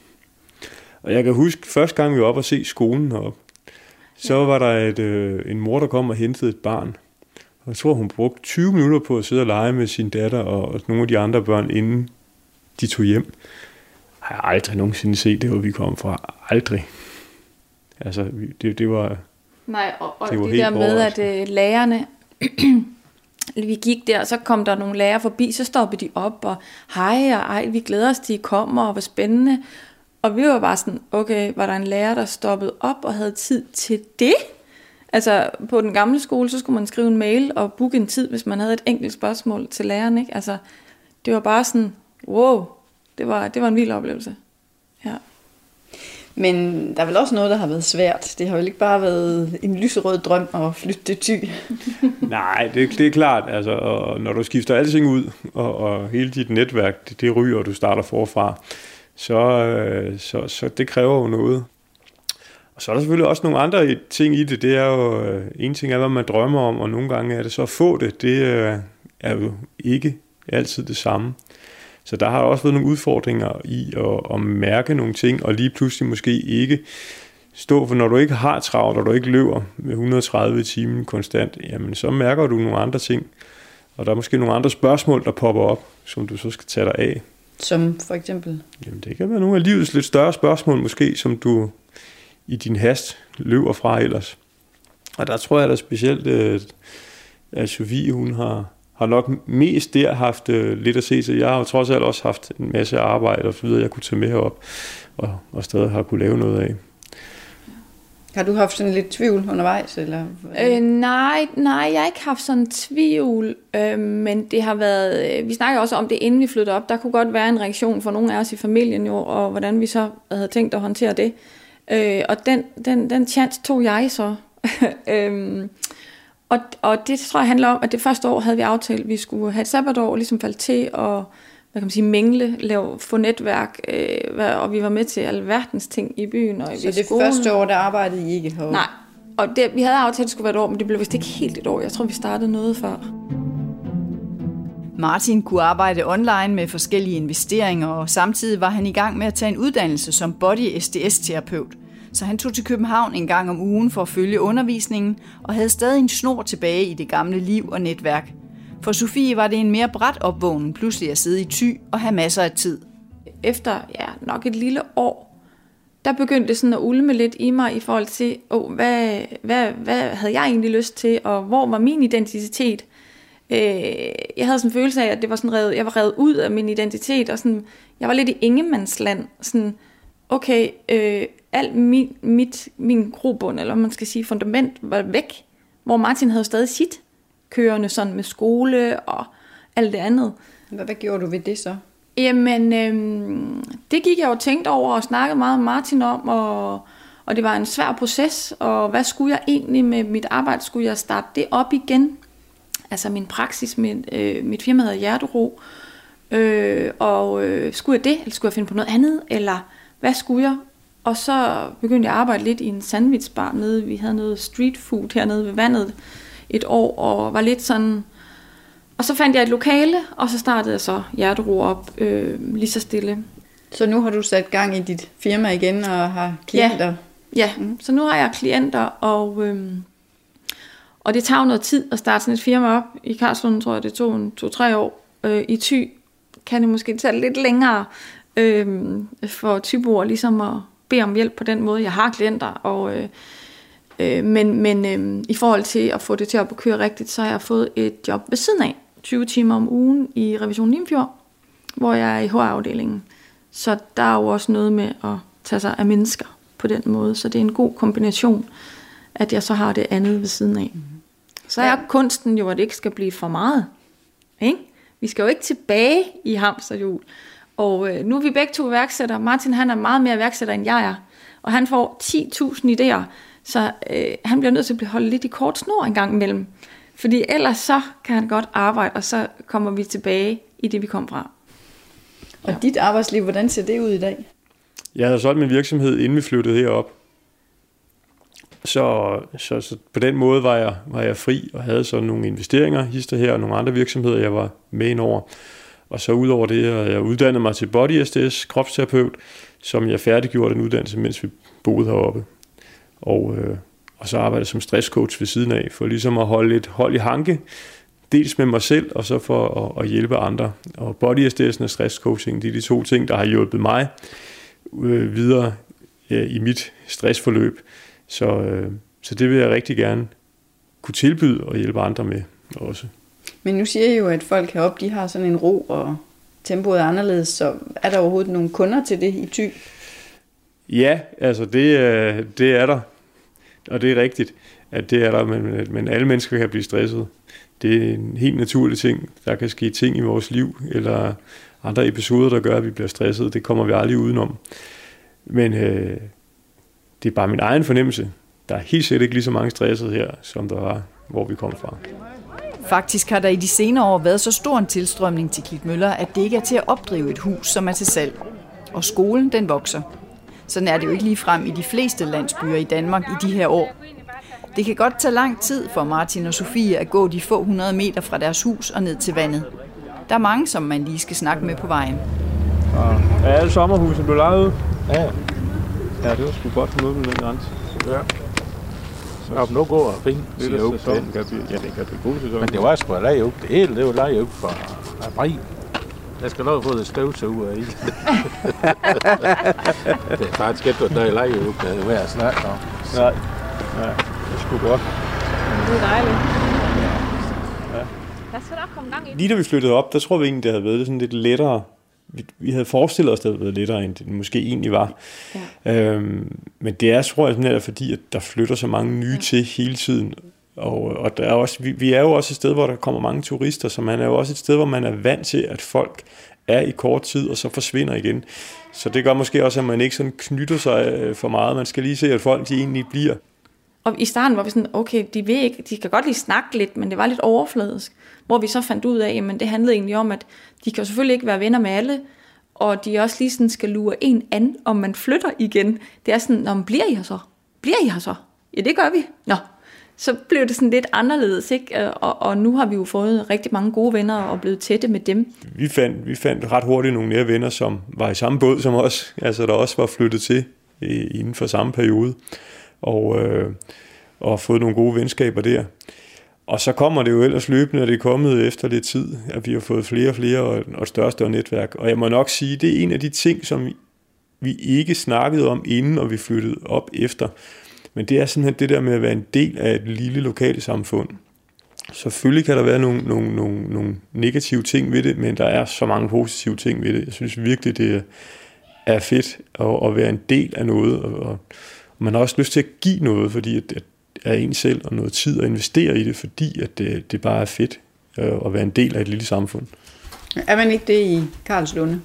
Og jeg kan huske, første gang vi var oppe og se skolen heroppe, så var der et, øh, en mor, der kom og hentede et barn. Og jeg tror, hun brugte tyve minutter på at sidde og lege med sin datter og, og nogle af de andre børn, inden de tog hjem. Jeg har aldrig nogensinde set det, hvor vi kom fra. Aldrig. Altså, det, det var... Nej, og, og det, det, det der med, at øh, lærerne... vi gik der, så kom der nogle lærere forbi, så stoppede de op, og hej, og ej, vi glæder os, de kommer, og hvor spændende. Og vi var bare sådan, okay, var der en lærer, der stoppede op og havde tid til det? Altså, på den gamle skole, så skulle man skrive en mail og booke en tid, hvis man havde et enkelt spørgsmål til læreren, ikke? Altså, det var bare sådan, wow, det var, det var en vild oplevelse. Ja. Men der er vel også noget, der har været svært. Det har jo ikke bare været en lyserød drøm at flytte til Thy. Nej, det, det er klart. Altså, og når du skifter alting ud, og, og hele dit netværk, det, det ryger, og du starter forfra, så, øh, så, så det kræver jo noget. Og så er der selvfølgelig også nogle andre ting i det. Det er jo, øh, en ting er, hvad man drømmer om, og nogle gange er det så at få det. Det øh, er jo ikke altid det samme. Så der har også været nogle udfordringer i at, at mærke nogle ting, og lige pludselig måske ikke stå, for når du ikke har travlt, og du ikke løber med et hundrede og tredive timer konstant, jamen så mærker du nogle andre ting. Og der er måske nogle andre spørgsmål, der popper op, som du så skal tage dig af. Som for eksempel? Jamen det kan være nogle af livets lidt større spørgsmål måske, som du i din hast løber fra ellers. Og der tror jeg da specielt, at Sofie, hun har, har nok mest der haft lidt at se til. Jeg har jo trods alt også haft en masse arbejde og så videre, jeg kunne tage med herop, og, og stadig har kunne lave noget af. Har du haft sådan lidt tvivl undervejs? Eller? Øh, nej, nej, jeg har ikke haft sådan tvivl, øh, men det har været, øh, vi snakker også om det, inden vi flyttede op, der kunne godt være en reaktion fra nogle af os i familien jo, og hvordan vi så havde tænkt at håndtere det. Øh, og den, den, den chance tog jeg så. øhm, og, og det tror jeg handler om, at det første år havde vi aftalt, at vi skulle have et sabbatår, ligesom falde til og hvad kan man sige, mingle, lave, få netværk, øh, og vi var med til alverdens ting i byen og i så det skolen. Første år, der arbejdede I ikke herovre? Nej, og det, vi havde aftalt, at det skulle være et år, men det blev vist ikke helt et år. Jeg tror, vi startede noget før. Martin kunne arbejde online med forskellige investeringer, og samtidig var han i gang med at tage en uddannelse som body S D S-terapeut. Så han tog til København en gang om ugen for at følge undervisningen, og havde stadig en snor tilbage i det gamle liv og netværk. For Sofie var det en mere brat opvågning pludselig at sidde i Thy og have masser af tid. Efter ja, nok et lille år, der begyndte det sådan at ulme lidt i mig i forhold til, oh, hvad, hvad, hvad havde jeg egentlig lyst til, og hvor var min identitet? Øh, jeg havde sådan en følelse af, at det var sådan revet, jeg var revet ud af min identitet, og sådan, jeg var lidt i ingemandsland. Sådan, okay, øh, alt min, mit, min grobund, eller man skal sige fundament, var væk, hvor Martin havde stadig sit kørende sådan med skole og alt det andet. Hvad, hvad gjorde du ved det så? Jamen, øhm, det gik jeg jo tænkt over og snakkede meget med Martin om, og, og det var en svær proces, og hvad skulle jeg egentlig med mit arbejde? Skulle jeg starte det op igen? Altså min praksis, mit, øh, mit firma hedder Hjertero, øh, og øh, skulle jeg det, eller skulle jeg finde på noget andet, eller hvad skulle jeg? Og så begyndte jeg at arbejde lidt i en sandwichbar nede, vi havde noget street food hernede ved vandet et år, og var lidt sådan. Og så fandt jeg et lokale, og så startede jeg så Hjertero op øh, lige så stille. Så nu har du sat gang i dit firma igen og har klienter? Ja, ja. Mm. Så nu har jeg klienter, og, øh, og det tager noget tid at starte sådan et firma op. I Karlslunde tror jeg, det tog en to-tre år. Øh, I Thy kan det måske tage lidt længere øh, for Thyboer ligesom at bede om hjælp på den måde. Jeg har klienter, og øh, Øh, men men øh, i forhold til at få det til at køre rigtigt, så har jeg fået et job ved siden af. tyve timer om ugen i Revision Limfjord, hvor jeg er i H R-afdelingen. Så der er jo også noget med at tage sig af mennesker på den måde. Så det er en god kombination, at jeg så har det andet ved siden af. Så er kunsten jo, at det ikke skal blive for meget. Ikke? Vi skal jo ikke tilbage i hamsterhjul. Og øh, nu er vi begge to iværksættere. Martin, han er meget mere iværksætter, end jeg er. Og han får ti tusind idéer, så øh, han bliver nødt til at blive holdt lidt i kort snor en gang imellem. Fordi ellers så kan han godt arbejde, og så kommer vi tilbage i det, vi kom fra. Og ja. Dit arbejdsliv, hvordan ser det ud i dag? Jeg havde solgt min virksomhed, inden vi flyttede herop. Så, så, så på den måde var jeg, var jeg fri og havde så nogle investeringer, hister her, og nogle andre virksomheder, jeg var med ind over. Og så udover det, jeg uddannede mig til Body S D S, kropsterapeut, som jeg færdiggjorde den uddannelse, mens vi boede heroppe. Og, øh, og så arbejdede jeg som stresscoach ved siden af, for ligesom at holde et hold i hanke, dels med mig selv, og så for at, at hjælpe andre. Og Body S D S og stresscoaching, det er de to ting, der har hjulpet mig øh, videre ja, i mit stressforløb. Så, øh, så det vil jeg rigtig gerne kunne tilbyde og hjælpe andre med også. Men nu siger I jo, at folk heroppe, de har sådan en ro, og tempoet er anderledes, så er der overhovedet nogle kunder til det i Thy? Ja, altså det, det er der, og det er rigtigt, at det er der, men, men alle mennesker kan blive stresset. Det er en helt naturlig ting. Der kan ske ting i vores liv, eller andre episoder, der gør, at vi bliver stresset. Det kommer vi aldrig udenom. Men øh, det er bare min egen fornemmelse. Der er helt sikkert ikke lige så mange stresset her, som der var, hvor vi kom fra. Faktisk har der i de senere år været så stor en tilstrømning til Klitmøller, at det ikke er til at opdrive et hus, som er til salg. Og skolen, den vokser. Sådan er det jo ikke lige frem i de fleste landsbyer i Danmark i de her år. Det kan godt tage lang tid for Martin og Sofie at gå de få hundrede meter fra deres hus og ned til vandet. Der er mange, som man lige skal snakke med på vejen. Er alle sommerhuse blevet lejet ud? Ja. Ja, det var sgu godt noget med den grænse. Ja. Så nu går det fint. Det er det, sæsonen kan blive. Ja, det kan blive god sæson. Men det var sgu at lege ud. Det hele, det var lege ud fra april. Jeg skal nok få det støvsuger i. Det er faktisk ikke, når jeg leger ud, det er værd at snakke om. Nej, nej, det er sgu godt. Det er dejligt. Ja. Der skal nok komme gang i. Lige da vi flyttede op, der tror vi egentlig, det havde været sådan lidt lettere. Vi, vi havde forestillet os, at det havde været lettere, end det måske egentlig var. Ja. Øhm, men det er, tror jeg, sådan, fordi at der flytter så mange nye ja. til hele tiden. Og, og der er også, vi, vi er jo også et sted, hvor der kommer mange turister, så man er jo også et sted, hvor man er vant til, at folk er i kort tid, og så forsvinder igen. Så det gør måske også, at man ikke sådan knytter sig for meget. Man skal lige se, at folk de egentlig bliver. Og i starten var vi sådan, okay, de vil ikke, de kan godt lige snakke lidt, men det var lidt overfladisk. Hvor vi så fandt ud af, at det handlede egentlig om, at de kan selvfølgelig ikke være venner med alle, og de også lige sådan skal lure en an, om man flytter igen. Det er sådan, nå, bliver I her så? Bliver I her så? Ja, det gør vi. Nå. Så blev det sådan lidt anderledes, ikke? Og, og nu har vi jo fået rigtig mange gode venner og blevet tætte med dem. Vi fandt, vi fandt ret hurtigt nogle nære venner, som var i samme båd som os, altså der også var flyttet til inden for samme periode, og, øh, og fået nogle gode venskaber der. Og så kommer det jo ellers løbende, at det er kommet efter lidt tid, at vi har fået flere og flere og, og et større og større netværk. Og jeg må nok sige, det er en af de ting, som vi ikke snakkede om inden, og vi flyttede op efter. Men det er simpelthen det der med at være en del af et lille lokalt samfund. Selvfølgelig kan der være nogle, nogle, nogle, nogle negative ting ved det, men der er så mange positive ting ved det. Jeg synes virkelig, det er fedt at, at være en del af noget, og, og man har også lyst til at give noget, fordi at, at af en selv og noget tid at investere i det, fordi at det, det bare er fedt at være en del af et lille samfund. Er man ikke det i Karlslunde?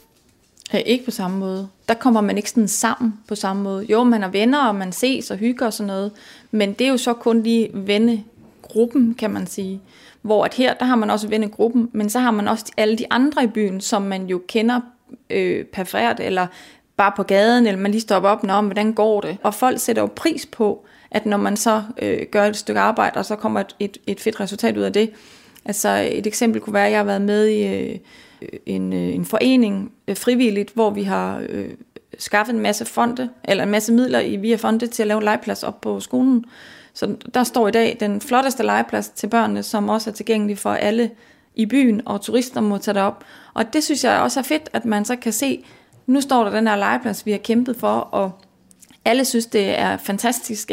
Ja, ikke på samme måde. Der kommer man ikke sådan sammen på samme måde. Jo, man er venner, og man ses og hygger og sådan noget, men det er jo så kun lige vennegruppen, kan man sige. Hvor at her, der har man også vennegruppen, men så har man også alle de andre i byen, som man jo kender øh, perfekt, eller bare på gaden, eller man lige stopper op, nå, hvordan går det? Og folk sætter jo pris på, at når man så øh, gør et stykke arbejde, og så kommer et, et, et fedt resultat ud af det. Altså et eksempel kunne være, at jeg har været med i øh, en, øh, en forening øh, frivilligt, hvor vi har øh, skaffet en masse fonde, eller en masse midler i via fonde til at lave en legeplads op på skolen. Så der står i dag den flotteste legeplads til børnene, som også er tilgængelig for alle i byen, og turister må tage det op. Og det synes jeg også er fedt, at man så kan se, nu står der den her legeplads, vi har kæmpet for, og alle synes, det er fantastisk, ikke?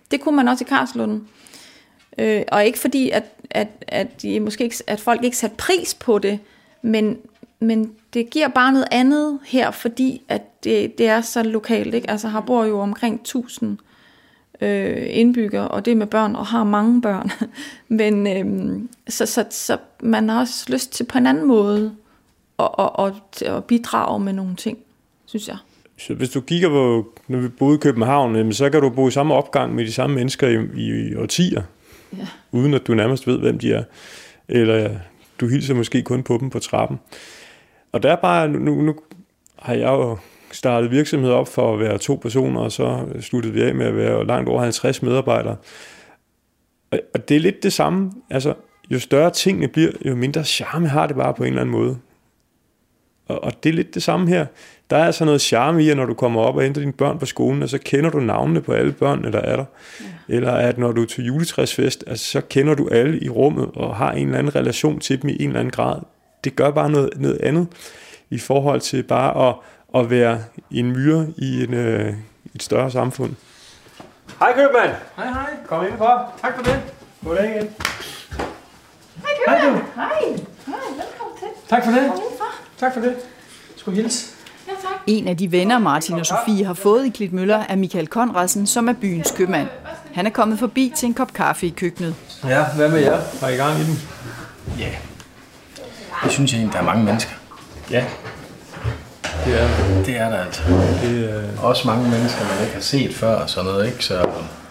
Det kunne man også i Karlslunde. Øh, og ikke fordi, at, at, at, de måske ikke, at folk ikke satte pris på det, men, men det giver bare noget andet her, fordi at det, det er så lokalt. Ikke? Altså her bor jo omkring tusind øh, indbyggere, og det er med børn, og har mange børn. men øh, så, så, så man har også lyst til på en anden måde at, at, at, at bidrage med nogle ting, synes jeg. Så hvis du kigger på, når vi boede i København, så kan du bo i samme opgang med de samme mennesker i, i årtier, ja. Uden at du nærmest ved, hvem de er. Eller du hilser måske kun på dem på trappen. Og der er bare, nu, nu har jeg jo startet virksomhed op for at være to personer, og så sluttede vi af med at være langt over halvtreds medarbejdere. Og det er lidt det samme. Altså, jo større tingene bliver, jo mindre charme har det bare på en eller anden måde. Og, og det er lidt det samme her. Der er altså noget charme i, at når du kommer op og henter dine børn på skolen, og så kender du navnene på alle børnene, der er der. Ja. Eller at når du er til juletræsfest, altså, så kender du alle i rummet og har en eller anden relation til dem i en eller anden grad. Det gør bare noget, noget andet i forhold til bare at, at være en myre i en, øh, et større samfund. Hej købmand! Hej hej! Kom indenfor. Tak for det. Goddag igen. Hej købmand! Hej! Hej, velkommen til. Tak for det. Kom indenfor. Tak for det. Skulle hilse. Ja, tak. En af de venner, Martin og Sofie har fået i Klitmøller, er Michael Konradsen, som er byens købmand. Han er kommet forbi til en kop kaffe i køkkenet. Ja, hvad med jer? Var I gang i den? Ja, det synes jeg egentlig, der er mange mennesker. Ja, det er der. Det er der altså. Det er... Også mange mennesker, man ikke har set før og sådan noget, ikke? Så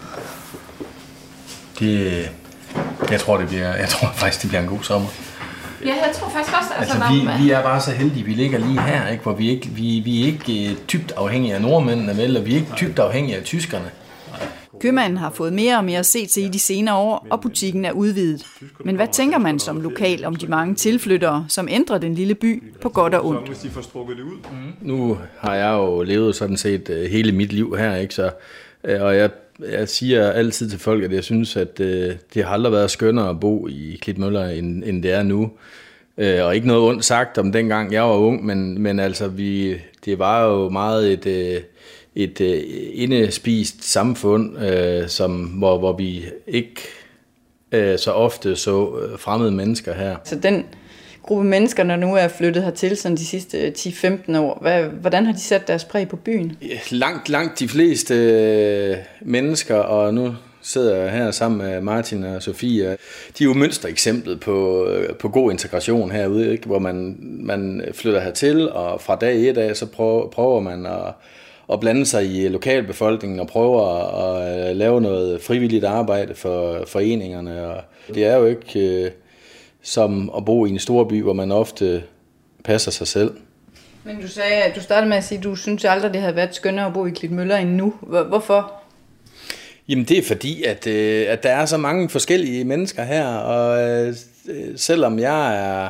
det, jeg tror, det bliver, jeg tror faktisk, det bliver en god sommer. Ja, jeg tror faktisk også, altså, altså vi, vi er bare så heldige, vi ligger lige her, ikke? Hvor vi ikke, vi, vi er ikke dybt afhængige af nordmændene, eller vi er ikke dybt afhængige af tyskerne. Købmanden har fået mere og mere at se til i de senere år, og butikken er udvidet. Men hvad tænker man som lokal om de mange tilflyttere, som ændrer den lille by på godt og ondt? Hvis de får strukket det ud. Nu har jeg jo levet sådan set hele mit liv her, ikke? Så, og jeg, jeg siger altid til folk, at jeg synes, at det har aldrig været skønnere at bo i Klitmøller, end, end det er nu. Og ikke noget ondt sagt om dengang jeg var ung, men, men altså, vi, det var jo meget et... et øh, indespist samfund, øh, som, hvor, hvor vi ikke øh, så ofte så øh, fremmede mennesker her. Så den gruppe mennesker, der nu er flyttet hertil sådan de sidste ti til femten år, hvad, hvordan har de sat deres præg på byen? Langt, langt de fleste øh, mennesker, og nu sidder jeg her sammen med Martin og Sofie, de er jo mønstereksemplet på, på god integration herude, ikke? Hvor man, man flytter hertil, og fra dag et af, så prøver, prøver man at og blande sig i lokalbefolkningen og prøver at lave noget frivilligt arbejde for foreningerne. Og det er jo ikke øh, som at bo i en stor by, hvor man ofte passer sig selv. Men du sagde, du startede med at sige, at du synes aldrig, det havde været skønnere at bo i Klitmøller end nu. Hvorfor? Jamen det er fordi, at, øh, at der er så mange forskellige mennesker her, og øh, selvom jeg er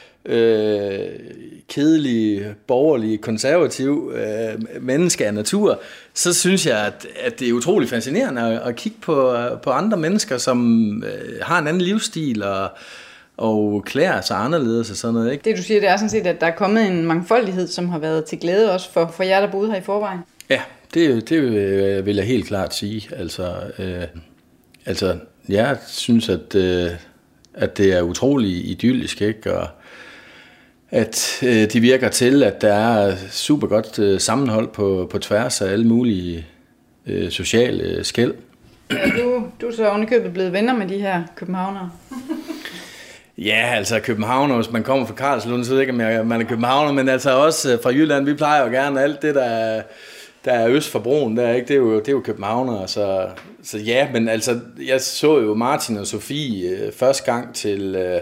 øh, kedelig, borgerlig, konservativ øh, menneske af natur, så synes jeg, at, at det er utrolig fascinerende at, at kigge på, på andre mennesker, som øh, har en anden livsstil og, og klæder sig anderledes og sådan noget. Ikke? Det du siger, det er sådan set, at der er kommet en mangfoldighed, som har været til glæde også for, for jer, der boede her i forvejen. Ja, det, det vil jeg helt klart sige. Altså, øh, altså jeg synes, at, øh, at det er utrolig idyllisk, ikke? Og at øh, de virker til, at der er super godt øh, sammenhold på, på tværs af alle mulige øh, sociale skel. Ja, du, du er så ovenikøbet blevet venner med de her københavnere. Ja, altså københavner, hvis man kommer fra Karlslunde, så ved jeg ikke, om man er københavner, men altså også fra Jylland, vi plejer jo gerne alt det, der er, der er øst for broen, der, ikke? Det, er jo, det er jo københavner, så, så ja, men altså, jeg så jo Martin og Sofie øh, første gang til... Øh,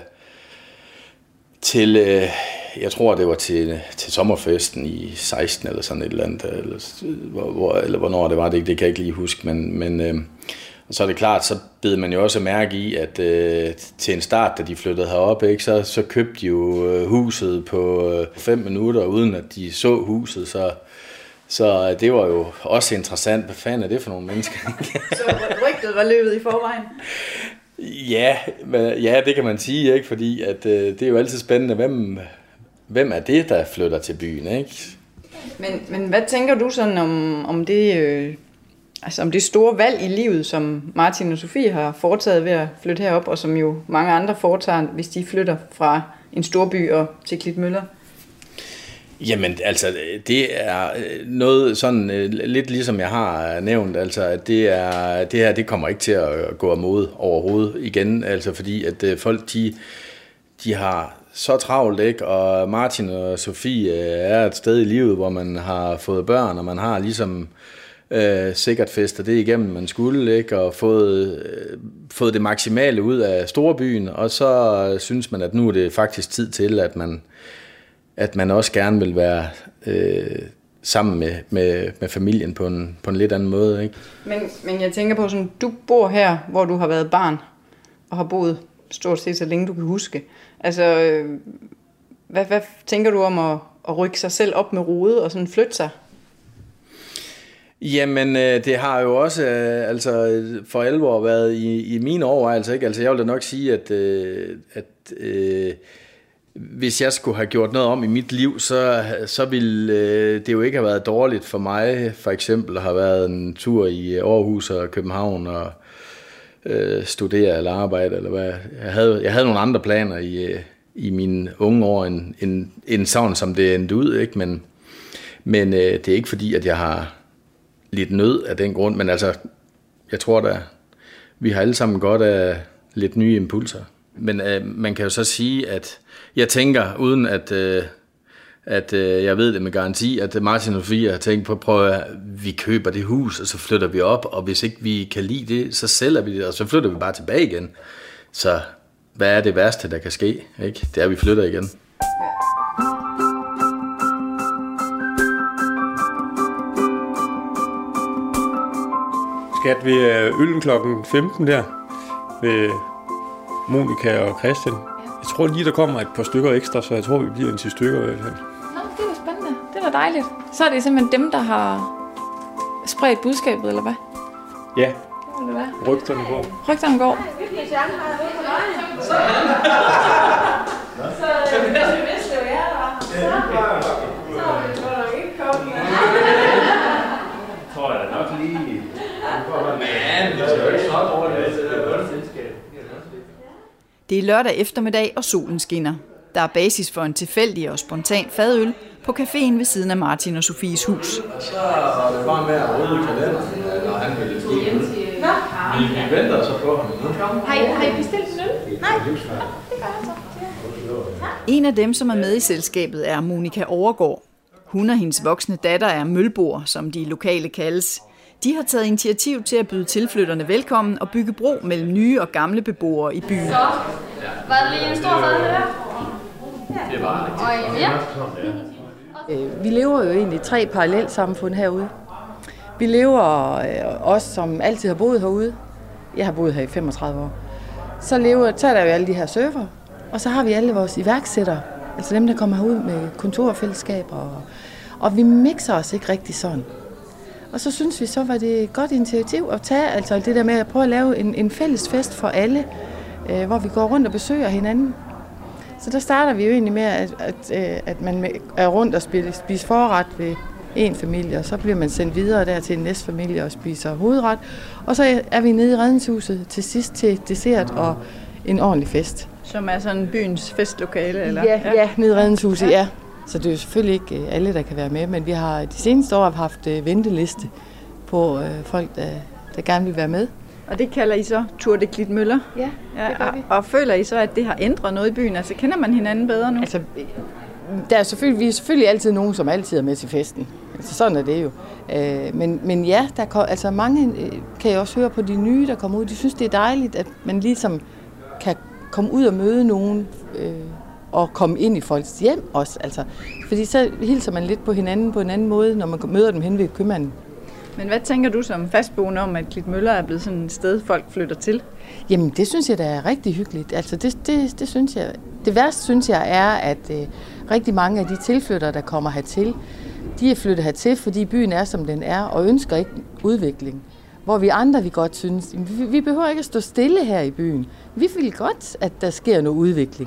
til, øh, jeg tror det var til, til sommerfesten i seksten eller sådan et eller andet, eller, hvor, eller hvornår det var, det, det kan jeg ikke lige huske, men, men øh, og så er det klart, så bed man jo også mærke i, at øh, til en start, da de flyttede herop, ikke, så, så købte de jo øh, huset på øh, fem minutter, uden at de så huset, så, så det var jo også interessant. Hvad fanden er det for nogle mennesker? Så rygtet var løbet i forvejen? Ja, ja, det kan man sige, ikke? Fordi at, øh, det er jo altid spændende, hvem, hvem er det, der flytter til byen, ikke? Men, men hvad tænker du sådan om, om det, øh, Altså om det store valg i livet, som Martin og Sofie har foretaget ved at flytte herop, og som jo mange andre foretager, hvis de flytter fra en storby og til Klitmøller. Jamen, altså, det er noget sådan lidt ligesom jeg har nævnt, altså, at det, er, det her, det kommer ikke til at gå imod overhovedet igen, altså, fordi at folk, de, de har så travlt, ikke, og Martin og Sofie er et sted i livet, hvor man har fået børn, og man har ligesom øh, sikkert festet det igennem, man skulle, ikke, og fået, øh, fået det maksimale ud af storbyen, og så synes man, at nu er det faktisk tid til, at man at man også gerne vil være øh, sammen med, med, med familien på en, på en lidt anden måde. Ikke? Men, men jeg tænker på, sådan, du bor her, hvor du har været barn, og har boet stort set så længe du kan huske. Altså, øh, hvad, hvad tænker du om at, at rykke sig selv op med rode og sådan flytte sig? Jamen, øh, det har jo også øh, altså, for alvor været i, i mine overvejelser. Ikke? Altså, jeg vil da nok sige, at... Øh, at øh, hvis jeg skulle have gjort noget om i mit liv, så, så ville øh, det jo ikke have været dårligt for mig, for eksempel at have været en tur i Aarhus og København og øh, studere eller arbejde, eller hvad. Jeg havde, jeg havde nogle andre planer i, i mine unge år, end, end, end sådan, som det endte ud, ikke? Men, men øh, det er ikke fordi, at jeg har lidt nød af den grund, men altså, jeg tror da, vi har alle sammen godt af lidt nye impulser. Men øh, man kan jo så sige, at jeg tænker, uden at, øh, at øh, jeg ved det med garanti, at Martin og Sofie har tænkt på, prøv at vi køber det hus, og så flytter vi op, og hvis ikke vi kan lide det, så sælger vi det, og så flytter vi bare tilbage igen. Så hvad er det værste, der kan ske? Ikke? Det er, at vi flytter igen. Skat, vi er øllen klokken femten der ved Monika og Christian. Jeg tror lige, der kommer et par stykker ekstra, så jeg tror, vi bliver en til stykker i hvert fald. Nå, det er jo spændende. Det er da dejligt. Så er det simpelthen dem, der har spredt budskabet, eller hvad? Ja, Det det være. rygterne går. Rygterne går. Så hvis vi vidste, at jeg var så så ville vi nok ikke komme. Tror jeg nok lige. Men det er jo ikke så over det. Det er godt selskab. Det er lørdag eftermiddag, og solen skinner. Der er basis for en tilfældig og spontan fadøl på caféen ved siden af Martin og Sofies hus. Og så var det bare med at rydde kalenderen, når han ville stå. Vi venter så på ham nu. Har I, har I bestilt en øl? Nej, det gør jeg så. En af dem, som er med i selskabet, er Monika Overgaard. Hun og hendes voksne datter er mølboer, som de lokale kaldes. De har taget initiativ til at byde tilflytterne velkommen og bygge bro mellem nye og gamle beboere i byen. Så var det lige en stor fad her? Det var Og ja. Vi lever jo egentlig i tre parallelsamfund herude. Vi lever øh, os, som altid har boet herude. Jeg har boet her i femogtredive år. Så, lever, så er der jo alle de her surfer, og så har vi alle vores iværksættere. Altså dem, der kommer herud med kontorfællesskaber. Og, og vi mixer os ikke rigtig sådan. Og så synes vi, så var det et godt initiativ at tage, altså det der med at prøve at lave en, en fælles fest for alle, øh, hvor vi går rundt og besøger hinanden. Så der starter vi jo egentlig med, at, at, at man er rundt og spiser forret ved en familie, og så bliver man sendt videre der til en næste familie og spiser hovedret. Og så er vi nede i Redningshuset til sidst til dessert og en ordentlig fest. Som er sådan byens festlokale, eller? Ja, ja, nede i Redningshuset, ja. Så det er jo selvfølgelig ikke alle, der kan være med, men vi har de seneste år haft venteliste på øh, folk, der, der gerne vil være med. Og det kalder I så Tour de Klitmøller? Ja, det gør vi. Og, og føler I så, at det har ændret noget i byen? Altså kender man hinanden bedre nu? Altså, der er selvfølgelig, vi er selvfølgelig altid nogen, som altid er med til festen. Altså sådan er det jo. Øh, men, men ja, der kom, altså mange øh, kan jeg også høre på de nye, der kommer ud. De synes, det er dejligt, at man ligesom kan komme ud og møde nogen, øh, og komme ind i folks hjem også. Altså, fordi så hilser man lidt på hinanden på en anden måde, når man møder dem hen ved købmanden. Men hvad tænker du som fastboende om, at Klitmøller er blevet sådan et sted, folk flytter til? Jamen, det synes jeg, der er rigtig hyggeligt. Altså, det, det, det synes jeg. Det værste, synes jeg, er, at øh, rigtig mange af de tilflyttere, der kommer hertil, de er flyttet hertil, fordi byen er, som den er, og ønsker ikke udvikling. Hvor vi andre, vi godt synes, vi, vi behøver ikke at stå stille her i byen. Vi vil godt, at der sker noget udvikling.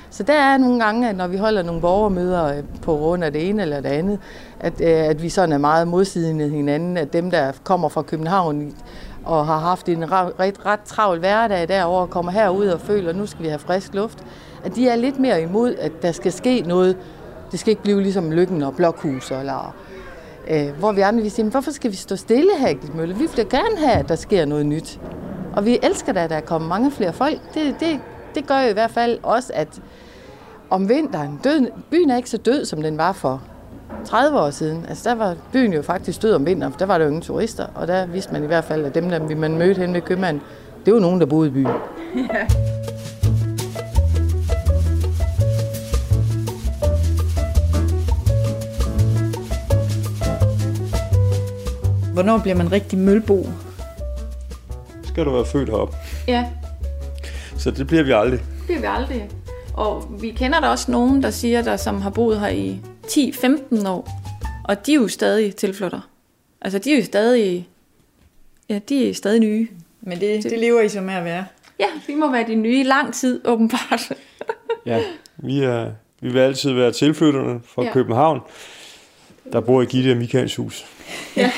Så der er nogle gange, at når vi holder nogle borgermøder på grund af det ene eller det andet, at, at vi sådan er meget modsigende hinanden, at dem, der kommer fra København og har haft en ret, ret travl hverdag derovre, kommer herud og føler, at nu skal vi have frisk luft, at de er lidt mere imod, at der skal ske noget. Det skal ikke blive ligesom Lykken og Blokhus, eller øh, hvor vi andre vil sige, hvorfor skal vi stå stille her i Klitmølle? Vi vil gerne have, at der sker noget nyt. Og vi elsker da, at der kommer mange flere folk. Det, det, det gør jo i hvert fald også, at om vinteren, død, byen er ikke så død, som den var for tredive år siden. Altså der var byen jo faktisk død om vinteren, for der var der jo ingen turister, og der vidste man i hvert fald, at dem, der man mødte hen ved købmanden, det var nogen, der boede i byen. Ja. Hvornår bliver man rigtig mølbo? Skal du være født heroppe. Ja. Så det bliver vi aldrig. Det bliver vi aldrig. Og vi kender der også nogen, der siger, der som har boet her i ti til femten år. Og de er jo stadig tilflyttere. Altså de er jo stadig, ja, de er stadig nye. Men det, det lever I så med at være? Ja, vi må være de nye i lang tid, åbenbart. Ja, vi, er, vi vil altid være tilflytterne fra ja. København, der bor i Gitte og Michaels hus. Ja.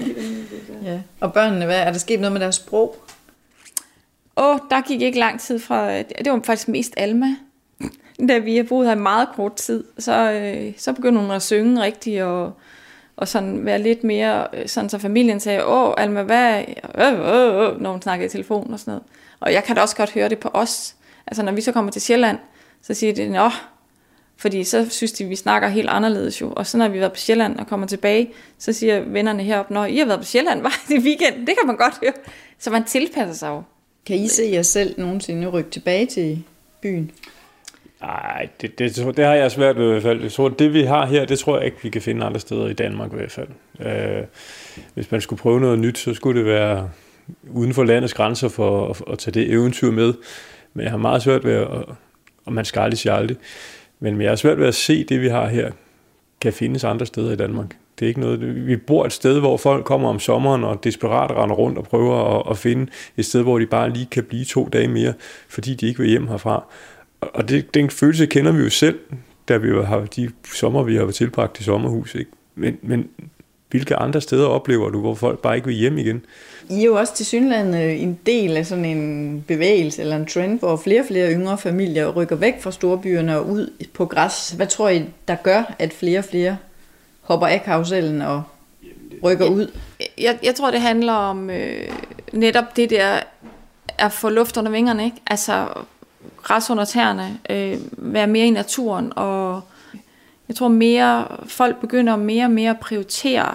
Ja. Og børnene, hvad, er der sket noget med deres sprog? Åh, oh, der gik ikke lang tid fra, det var faktisk mest Alma. Da vi har boet her i meget kort tid, så, øh, så begyndte hun at synge rigtigt, og, og sådan være lidt mere, sådan så familien sagde, åh Alma, hvad, øh, øh, øh, når hun snakkede i telefon og sådan noget. Og jeg kan da også godt høre det på os. Altså når vi så kommer til Sjælland, så siger de, nå, fordi så synes de, vi snakker helt anderledes jo. Og så når vi har været på Sjælland og kommer tilbage, så siger vennerne heroppe, nå, I har været på Sjælland, var det i weekenden? Det kan man godt høre. Så man tilpasser sig jo. Kan I se jer selv nogensinde rykke tilbage til byen? Nej, det, det, det har jeg svært ved i hvert fald. Jeg tror, det vi har her, det tror jeg ikke, vi kan finde andre steder i Danmark i hvert fald. Øh, hvis man skulle prøve noget nyt, så skulle det være uden for landets grænser for at, at tage det eventyr med. Men jeg har meget svært ved at, og man skal aldrig sige aldrig, men jeg har svært ved at se det, vi har her, kan findes andre steder i Danmark. Det er ikke noget. Vi bor et sted, hvor folk kommer om sommeren og desperat render rundt og prøver at, at finde et sted, hvor de bare lige kan blive to dage mere, fordi de ikke vil hjem herfra. Og det, den følelse kender vi jo selv, da vi har de sommer, vi har tilbragt i sommerhus. Ikke? Men, men hvilke andre steder oplever du, hvor folk bare ikke vil hjem igen? I er jo også tilsyneladende en del af sådan en bevægelse eller en trend, hvor flere og flere yngre familier rykker væk fra storbyerne og ud på græs. Hvad tror I, der gør, at flere og flere hopper af karusellen og rykker ud? Jeg, jeg tror, det handler om øh, netop det der at få luft under vingerne, ikke? Altså græs under tæerne, øh, være mere i naturen, og jeg tror mere, folk begynder mere og mere at prioritere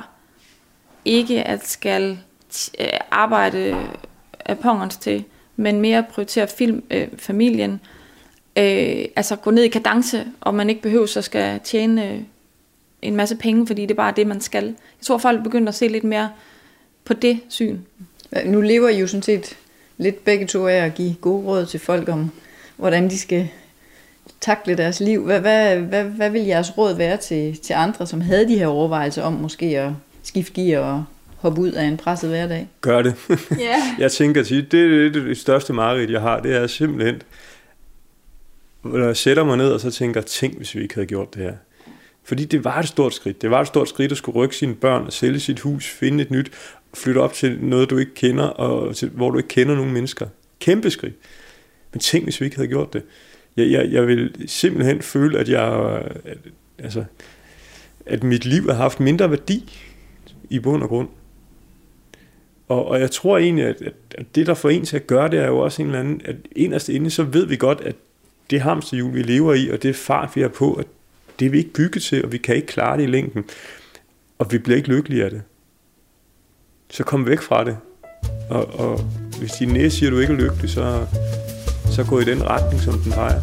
ikke at skal øh, arbejde af pongerens til, men mere at prioritere film, øh, familien, øh, altså gå ned i kadence, og man ikke behøver så skal tjene øh, en masse penge, fordi det er bare det, man skal. Jeg tror, folk begynder at se lidt mere på det syn. Nu lever I jo sådan set lidt begge to af at give gode råd til folk om, hvordan de skal takle deres liv. Hvad, hvad, hvad, hvad vil jeres råd være til, til andre, som havde de her overvejelser om måske at skifte gear og hoppe ud af en presset hverdag? Gør det. Yeah. Jeg tænker at sige, det er det, det største mareridt, jeg har. Det er simpelthen, når jeg sætter mig ned og så tænker, tænk hvis vi ikke havde gjort det her. Fordi det var et stort skridt. Det var et stort skridt at skulle rykke sine børn, sælge sit hus, finde et nyt, flytte op til noget, du ikke kender, og til, hvor du ikke kender nogen mennesker. Kæmpe skridt. Men tænk, hvis vi ikke havde gjort det. Jeg, jeg, jeg vil simpelthen føle, at jeg, at, altså, at mit liv har haft mindre værdi i bund og grund. Og, og jeg tror egentlig, at, at det, der får en til at gøre det, er jo også en eller anden, at inderst inde, så ved vi godt, at det hamsterhjul, vi lever i, og det fart, vi har på, at det er vi ikke bygget til, og vi kan ikke klare det i længden. Og vi bliver ikke lykkelige af det. Så kom væk fra det. Og, og hvis din næse siger, at du ikke er lykkelig, så, så gå i den retning, som den peger.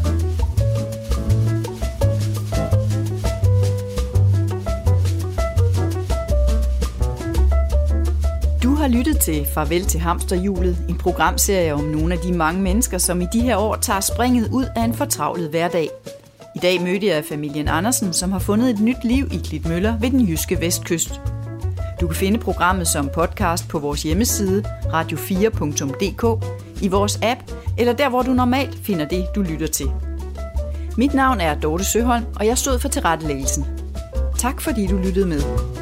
Du har lyttet til Farvel til hamsterhjulet, en programserie om nogle af de mange mennesker, som i de her år tager springet ud af en fortravlet hverdag. I dag mødte jeg familien Andersen, som har fundet et nyt liv i Klitmøller ved den jyske vestkyst. Du kan finde programmet som podcast på vores hjemmeside radio fire punktum d k, i vores app eller der, hvor du normalt finder det, du lytter til. Mit navn er Dorte Søholm, og jeg stod for tilrettelæggelsen. Tak fordi du lyttede med.